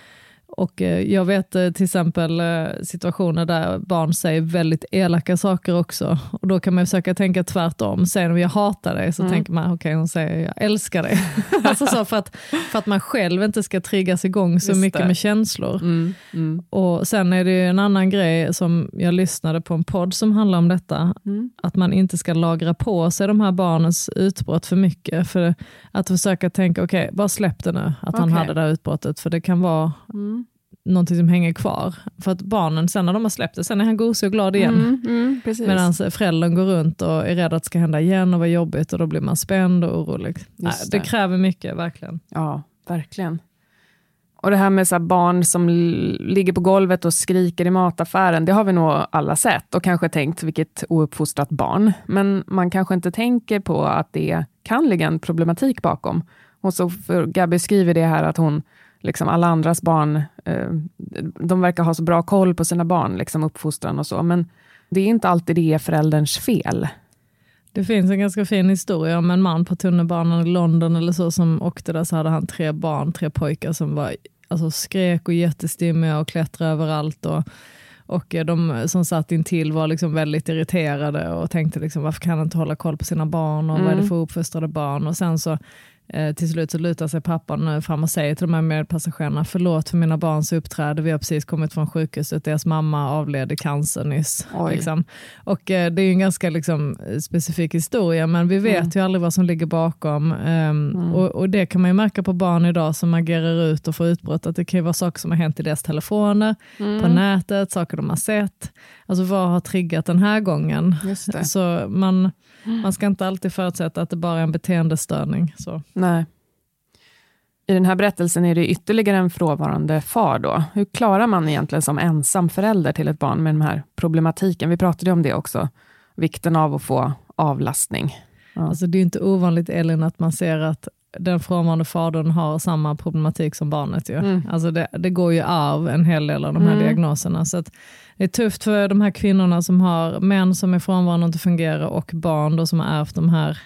Och jag vet till exempel situationer där barn säger väldigt elaka saker också. Och då kan man försöka tänka tvärtom. Säger de jag hatar dig så tänker man okej, hon säger jag älskar dig. Alltså så för att man själv inte ska triggas igång så mycket med känslor. Och sen är det ju en annan grej som jag lyssnade på en podd som handlar om detta. Att man inte ska lagra på sig de här barnens utbrott för mycket. För att försöka tänka okej, bara släpp det nu att han hade det här utbrottet. För det kan vara någonting som hänger kvar. För att barnen sen när de har släppt det, sen är han gosig och glad igen. Medan föräldern går runt och är rädd att det ska hända igen och vara jobbigt och då blir man spänd och orolig. Nej, det kräver mycket, verkligen. Ja, verkligen. Och det här med så här barn som ligger på golvet och skriker i mataffären, det har vi nog alla sett och kanske tänkt vilket ouppfostrat barn. Men man kanske inte tänker på att det kan ligga en problematik bakom. Och så för Gabby skriver det här att hon liksom alla andras barn, de verkar ha så bra koll på sina barn, liksom uppfostran och så. Men det är inte alltid det är förälderns fel. Det finns en ganska fin historia om en man på tunnelbanan i London eller så som åkte där, så hade han 3 pojkar som var, alltså, skrek och jättestimmiga och klättrade överallt och de som satt intill var liksom väldigt irriterade och tänkte liksom, varför kan han inte hålla koll på sina barn och vad är det för uppfostrade barn, och sen så till slut så lutar sig pappan fram och säger till de här medpassagerarna, förlåt för mina barns uppträde, vi har precis kommit från sjukhuset, deras mamma avled i cancer nyss. Liksom. Och det är ju en ganska liksom, specifik historia, men vi vet ju aldrig vad som ligger bakom. Och det kan man ju märka på barn idag som agerar ut och får utbrott, att det kan ju vara saker som har hänt i deras telefoner, på nätet, saker de har sett. Alltså vad har triggat den här gången? Just det. Så man ska inte alltid förutsätta att det bara är en beteendestörning. Så. Nej. I den här berättelsen är det ytterligare en frånvarande far då. Hur klarar man egentligen som ensam förälder till ett barn med den här problematiken? Vi pratade om det också. Vikten av att få avlastning. Ja. Alltså det är inte ovanligt, Elin, att man ser att den frånvarande fadern har samma problematik som barnet. Ju. Alltså det går ju arv en hel del av de här diagnoserna. Så att det är tufft för de här kvinnorna som har män som är frånvarande och inte fungerar och barn då som har ärvt de här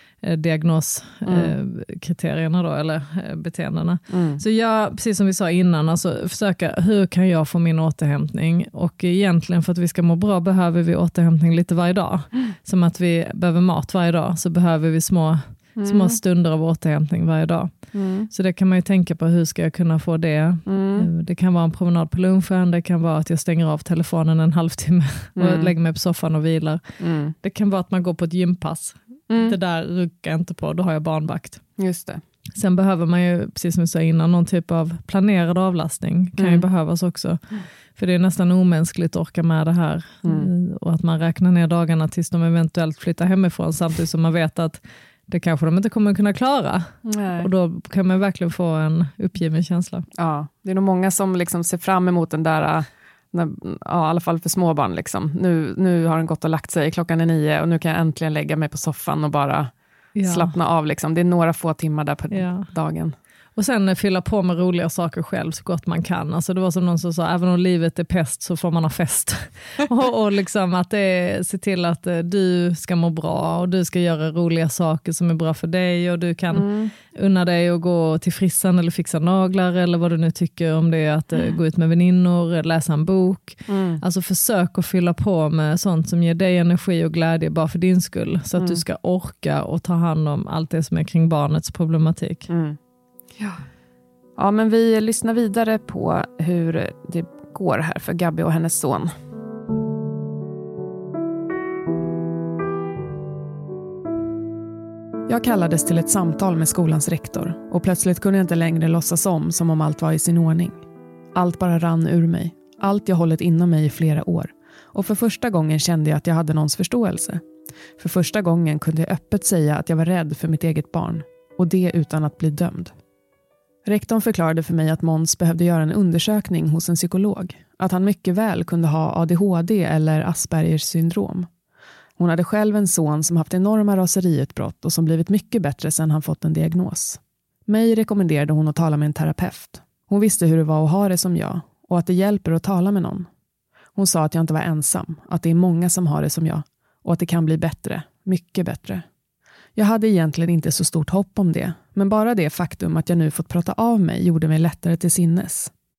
diagnoskriterierna då, eller beteendena. Så jag, precis som vi sa innan, alltså försöka, hur kan jag få min återhämtning? Och egentligen för att vi ska må bra behöver vi återhämtning lite varje dag. Som att vi behöver mat varje dag, så behöver vi små stunder av återhämtning varje dag. Så det kan man ju tänka på, hur ska jag kunna få det? Det kan vara en promenad på lunchen, det kan vara att jag stänger av telefonen en halvtimme och lägger mig på soffan och vilar. Det kan vara att man går på ett gympass. Det där ruckar jag inte på, då har jag barnvakt. Just det. Sen behöver man ju, precis som vi sa innan, någon typ av planerad avlastning kan ju behövas också. För det är nästan omänskligt att orka med det här. Och att man räknar ner dagarna tills de eventuellt flyttar hemifrån, samtidigt som man vet att det kanske de inte kommer kunna klara. Nej. Och då kan man verkligen få en uppgiven känsla. Ja, det är nog många som liksom ser fram emot den där, ja, i alla fall för småbarn. Liksom. Nu har den gått och lagt sig, klockan är 9 och nu kan jag äntligen lägga mig på soffan och bara slappna av. Liksom. Det är några få timmar där på dagen. Och sen fylla på med roliga saker själv så gott man kan. Alltså det var som någon som sa, även om livet är pest så får man ha fest. och liksom att se till att du ska må bra och du ska göra roliga saker som är bra för dig. Och du kan unna dig att gå till frissan eller fixa naglar eller vad du nu tycker om det är, att gå ut med väninnor, läsa en bok. Alltså försök att fylla på med sånt som ger dig energi och glädje bara för din skull. Så att du ska orka och ta hand om allt det som är kring barnets problematik. Ja, men vi lyssnar vidare på hur det går här för Gabby och hennes son. Jag kallades till ett samtal med skolans rektor och plötsligt kunde jag inte längre låtsas som om allt var i sin ordning. Allt bara rann ur mig. Allt jag hållit inom mig i flera år. Och för första gången kände jag att jag hade någons förståelse. För första gången kunde jag öppet säga att jag var rädd för mitt eget barn. Och det utan att bli dömd. Rektorn förklarade för mig att Måns behövde göra en undersökning hos en psykolog. Att han mycket väl kunde ha ADHD eller Aspergers syndrom. Hon hade själv en son som haft enorma raseriutbrott och som blivit mycket bättre sedan han fått en diagnos. Mig rekommenderade hon att tala med en terapeut. Hon visste hur det var att ha det som jag och att det hjälper att tala med någon. Hon sa att jag inte var ensam, att det är många som har det som jag och att det kan bli bättre, mycket bättre. Jag hade egentligen inte så stort hopp om det, men bara det faktum att jag nu fått prata av mig gjorde mig lättare till sinnes.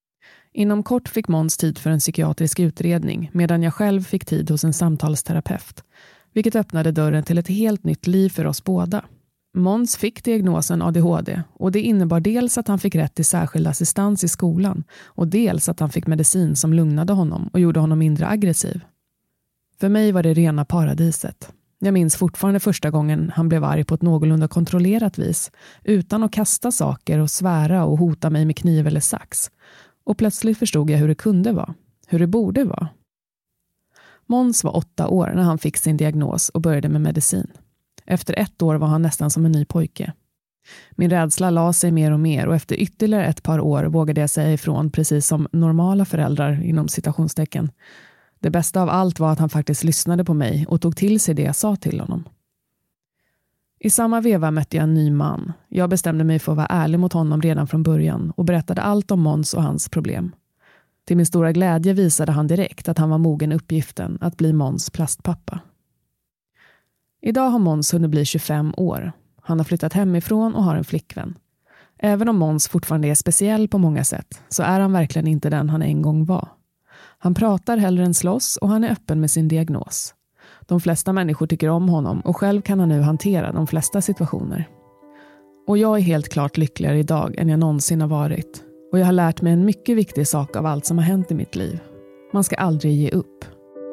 Inom kort fick Måns tid för en psykiatrisk utredning medan jag själv fick tid hos en samtalsterapeut, vilket öppnade dörren till ett helt nytt liv för oss båda. Måns fick diagnosen ADHD och det innebar dels att han fick rätt till särskild assistans i skolan och dels att han fick medicin som lugnade honom och gjorde honom mindre aggressiv. För mig var det rena paradiset. Jag minns fortfarande första gången han blev arg på ett någorlunda kontrollerat vis, utan att kasta saker och svära och hota mig med kniv eller sax. Och plötsligt förstod jag hur det kunde vara, hur det borde vara. Måns var 8 år när han fick sin diagnos och började med medicin. Efter 1 år var han nästan som en ny pojke. Min rädsla la sig mer och mer och efter ytterligare ett par år vågade jag säga ifrån precis som normala föräldrar inom citationstecken. Det bästa av allt var att han faktiskt lyssnade på mig och tog till sig det jag sa till honom. I samma veva mötte jag en ny man. Jag bestämde mig för att vara ärlig mot honom redan från början och berättade allt om Måns och hans problem. Till min stora glädje visade han direkt att han var mogen uppgiften att bli Måns plastpappa. Idag har Måns hunnit bli 25 år. Han har flyttat hemifrån och har en flickvän. Även om Måns fortfarande är speciell på många sätt så är han verkligen inte den han en gång var. Han pratar hellre än slåss och han är öppen med sin diagnos. De flesta människor tycker om honom och själv kan han nu hantera de flesta situationer. Och jag är helt klart lyckligare idag än jag någonsin har varit. Och jag har lärt mig en mycket viktig sak av allt som har hänt i mitt liv. Man ska aldrig ge upp.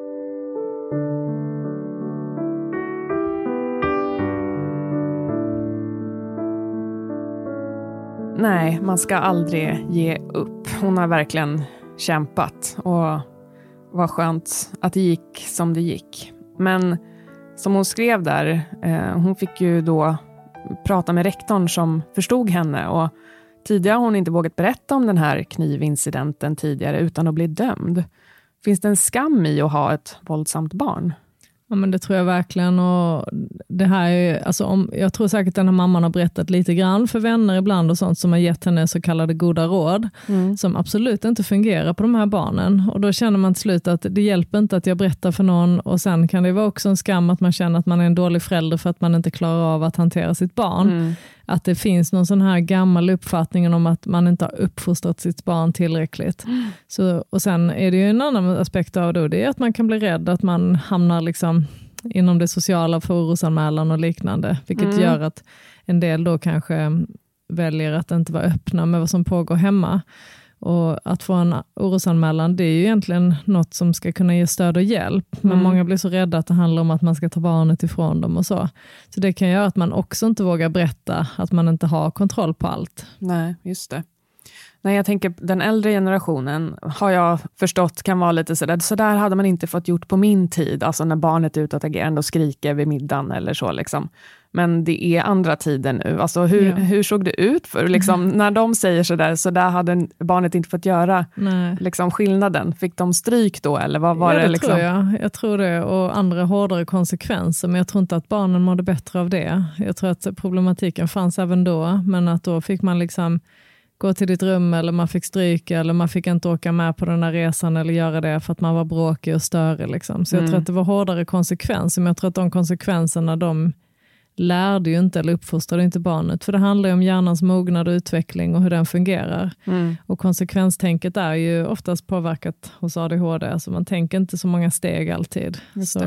Nej, man ska aldrig ge upp. Hon har verkligen kämpat och vad skönt att det gick som det gick. Men som hon skrev där, hon fick ju då prata med rektorn som förstod henne och tidigare har hon inte vågat berätta om den här knivincidenten tidigare utan att bli dömd. Finns det en skam i att ha ett våldsamt barn? Ja, men det tror jag verkligen. Och det här är, alltså jag tror säkert att den här mamman har berättat lite grann för vänner ibland och sånt som har gett henne så kallade goda råd som absolut inte fungerar på de här barnen. Och då känner man till slut att det hjälper inte att jag berättar för någon och sen kan det vara också en skam att man känner att man är en dålig förälder för att man inte klarar av att hantera sitt barn. Att det finns någon sån här gammal uppfattning om att man inte har uppfostrat sitt barn tillräckligt. Så, och sen är det ju en annan aspekt av det är att man kan bli rädd att man hamnar liksom inom det sociala för orosanmälan och liknande. Vilket gör att en del då kanske väljer att inte vara öppna med vad som pågår hemma. Och att få en orosanmälan, det är ju egentligen något som ska kunna ge stöd och hjälp. Men många blir så rädda att det handlar om att man ska ta barnet ifrån dem och så. Så det kan göra att man också inte vågar berätta att man inte har kontroll på allt. Nej, just det. Nej, jag tänker den äldre generationen har jag förstått kan vara lite sådär. Så där hade man inte fått gjort på min tid. Alltså när barnet är utåtagerande och skriker vid middagen eller så liksom. Men det är andra tider nu. Alltså hur såg det ut för liksom, när de säger så där hade barnet inte fått göra liksom, skillnaden? Fick de stryk då eller vad var det liksom? Tror jag. Jag tror det och andra hårdare konsekvenser. Men jag tror inte att barnen mådde bättre av det. Jag tror att problematiken fanns även då. Men att då fick man liksom gå till ditt rum eller man fick stryka eller man fick inte åka med på den här resan eller göra det för att man var bråkig och störig. Liksom. Så jag tror att det var hårdare konsekvenser. Men jag tror att de konsekvenserna de lärde ju inte eller uppfostrade inte barnet. För det handlar ju om hjärnans mognad och utveckling och hur den fungerar. Och konsekvenstänket är ju oftast påverkat hos ADHD. Alltså man tänker inte så många steg alltid.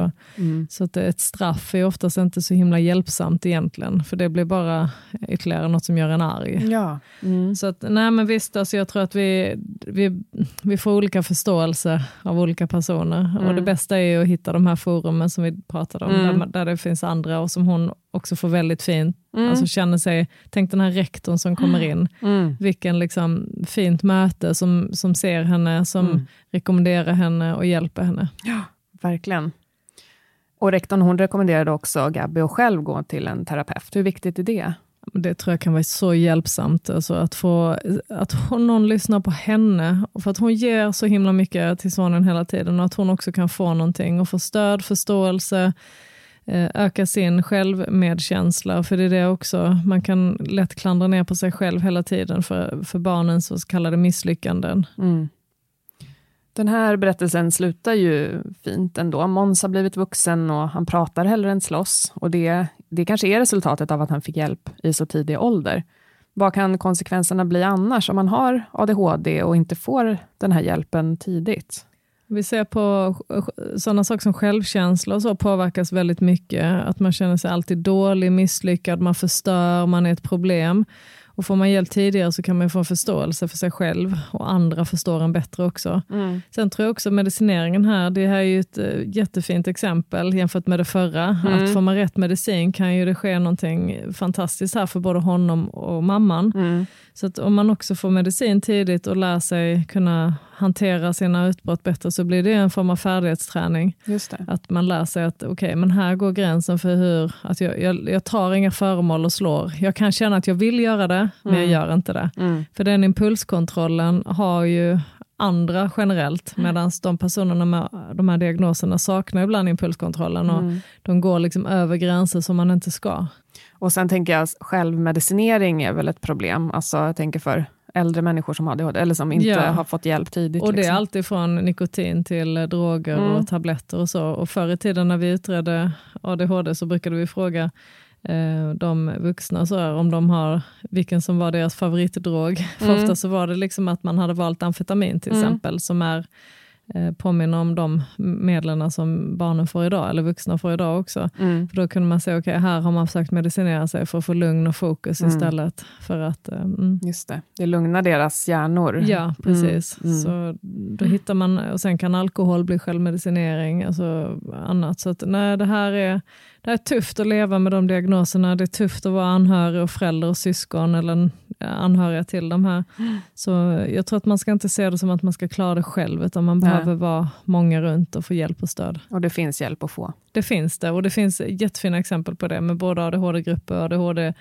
Så att ett straff är oftast inte så himla hjälpsamt egentligen. För det blir bara ytterligare något som gör en arg. Ja. Så att, nej men visst, alltså jag tror att vi får olika förståelse av olika personer. Och det bästa är ju att hitta de här forumen som vi pratade om. Där det finns andra och som hon också får väldigt fint. Alltså känner sig, tänk den här rektorn som kommer in. Vilken liksom fint möte som ser henne, som rekommenderar henne och hjälper henne. Ja, verkligen. Och rektorn hon rekommenderade också Gabby att själv gå till en terapeut. Hur viktigt är det? Det tror jag kan vara så hjälpsamt. Alltså att någon lyssnar på henne. För att hon ger så himla mycket till sonen hela tiden. Och att hon också kan få någonting och få stöd, förståelse, öka sin självmedkänsla, för det är det också, man kan lätt klandra ner på sig själv hela tiden för barnens så kallade misslyckanden. Den här berättelsen slutar ju fint ändå. Måns har blivit vuxen och han pratar hellre än slåss och det kanske är resultatet av att han fick hjälp i så tidig ålder. Vad kan konsekvenserna bli annars om man har ADHD och inte får den här hjälpen tidigt? Vi ser på sådana saker som självkänsla och så påverkas väldigt mycket. Att man känner sig alltid dålig, misslyckad, man förstör, man är ett problem. Och får man hjälp tidigare så kan man få en förståelse för sig själv och andra förstår en bättre också. Sen tror jag också medicineringen här, det här är ju ett jättefint exempel jämfört med det förra. Att får man rätt medicin kan ju det ske någonting fantastiskt här för både honom och mamman. Så att om man också får medicin tidigt och lär sig kunna hantera sina utbrott bättre så blir det en form av färdighetsträning. Just det. Att man lär sig att okej, men här går gränsen för hur att jag tar inga föremål och slår. Jag kan känna att jag vill göra det, men jag gör inte det. För den impulskontrollen har ju andra generellt, medan de personerna med de här diagnoserna saknar ibland impulskontrollen och de går liksom över gränser som man inte ska. Och sen tänker jag självmedicinering är väl ett problem. Alltså jag tänker för äldre människor som har ADHD eller som inte har fått hjälp tidigt. Och det är alltid från nikotin till droger och tabletter och så. Och förr i tiden när vi utredde ADHD så brukade vi fråga de vuxna så här, om de har vilken som var deras favoritdrog. För ofta så var det liksom att man hade valt amfetamin till exempel som är påminner om de medlen som barnen får idag eller vuxna får idag också. För då kunde man säga okej, här har man försökt medicinera sig för att få lugn och fokus istället för att just det lugnar deras hjärnor. Ja, precis. Så då hittar man, och sen kan alkohol bli självmedicinering alltså annat. Så att nej, det här är tufft att leva med de diagnoserna. Det är tufft att vara anhörig och förälder och syskon eller anhöriga till de här. Så jag tror att man ska inte se det som att man ska klara det själv, utan man behöver vara många runt och få hjälp och stöd. Och det finns hjälp att få. Det finns det, och det finns jättefina exempel på det med både ADHD-grupper och ADHD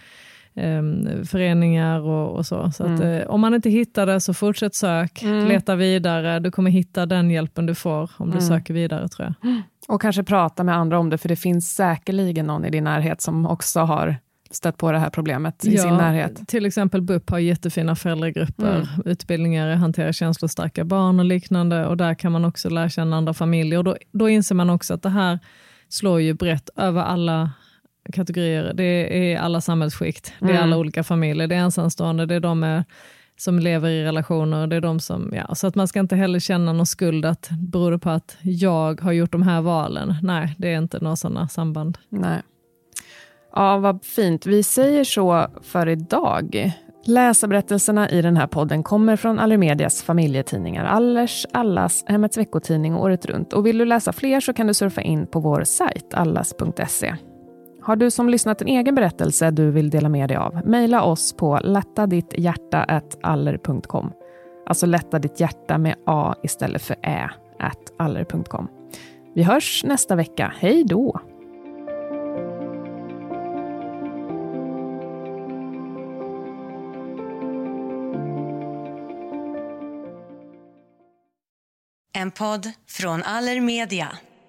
föreningar och så. Så att, om man inte hittar det så fortsätt sök, leta vidare. Du kommer hitta den hjälpen du får om du söker vidare, tror jag. Och kanske prata med andra om det, för det finns säkerligen någon i din närhet som också har stött på det här problemet i sin närhet. Till exempel BUP har jättefina föräldragrupper, utbildningar i hantera känslostarka barn och liknande, och där kan man också lära känna andra familjer, och då inser man också att det här slår ju brett över alla kategorier. Det är alla samhällsskikt, det är alla olika familjer, det är ensamstående, det är de som lever i relationer, det är de som, så att man ska inte heller känna någon skuld att beror det på att jag har gjort de här valen. Nej, det är inte några sådana samband. Nej. Ja, vad fint. Vi säger så för idag. Läsarberättelserna i den här podden kommer från Allermedias familjetidningar Allers, Allas, Hemmets veckotidning och Året runt. Och vill du läsa fler så kan du surfa in på vår sajt allas.se. Har du som lyssnat en egen berättelse du vill dela med dig av? Maila oss på lättaditthjärta@aller.com. Alltså lätta ditt hjärta med A istället för Ä @aller.com. Vi hörs nästa vecka. Hej då! En podd från Allermedia.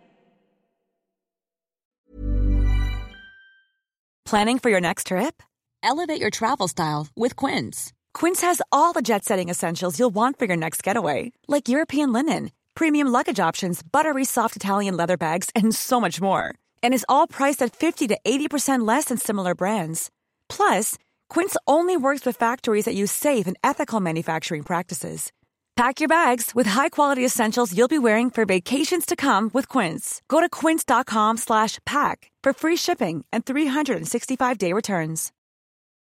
Planning for your next trip? Elevate your travel style with Quince. Quince has all the jet-setting essentials you'll want for your next getaway, like European linen, premium luggage options, buttery soft Italian leather bags, and so much more. And is all priced at 50 to 80% less than similar brands. Plus, Quince only works with factories that use safe and ethical manufacturing practices. Pack your bags with high-quality essentials you'll be wearing for vacations to come with Quince. Go to quince.com/pack for free shipping and 365-day returns.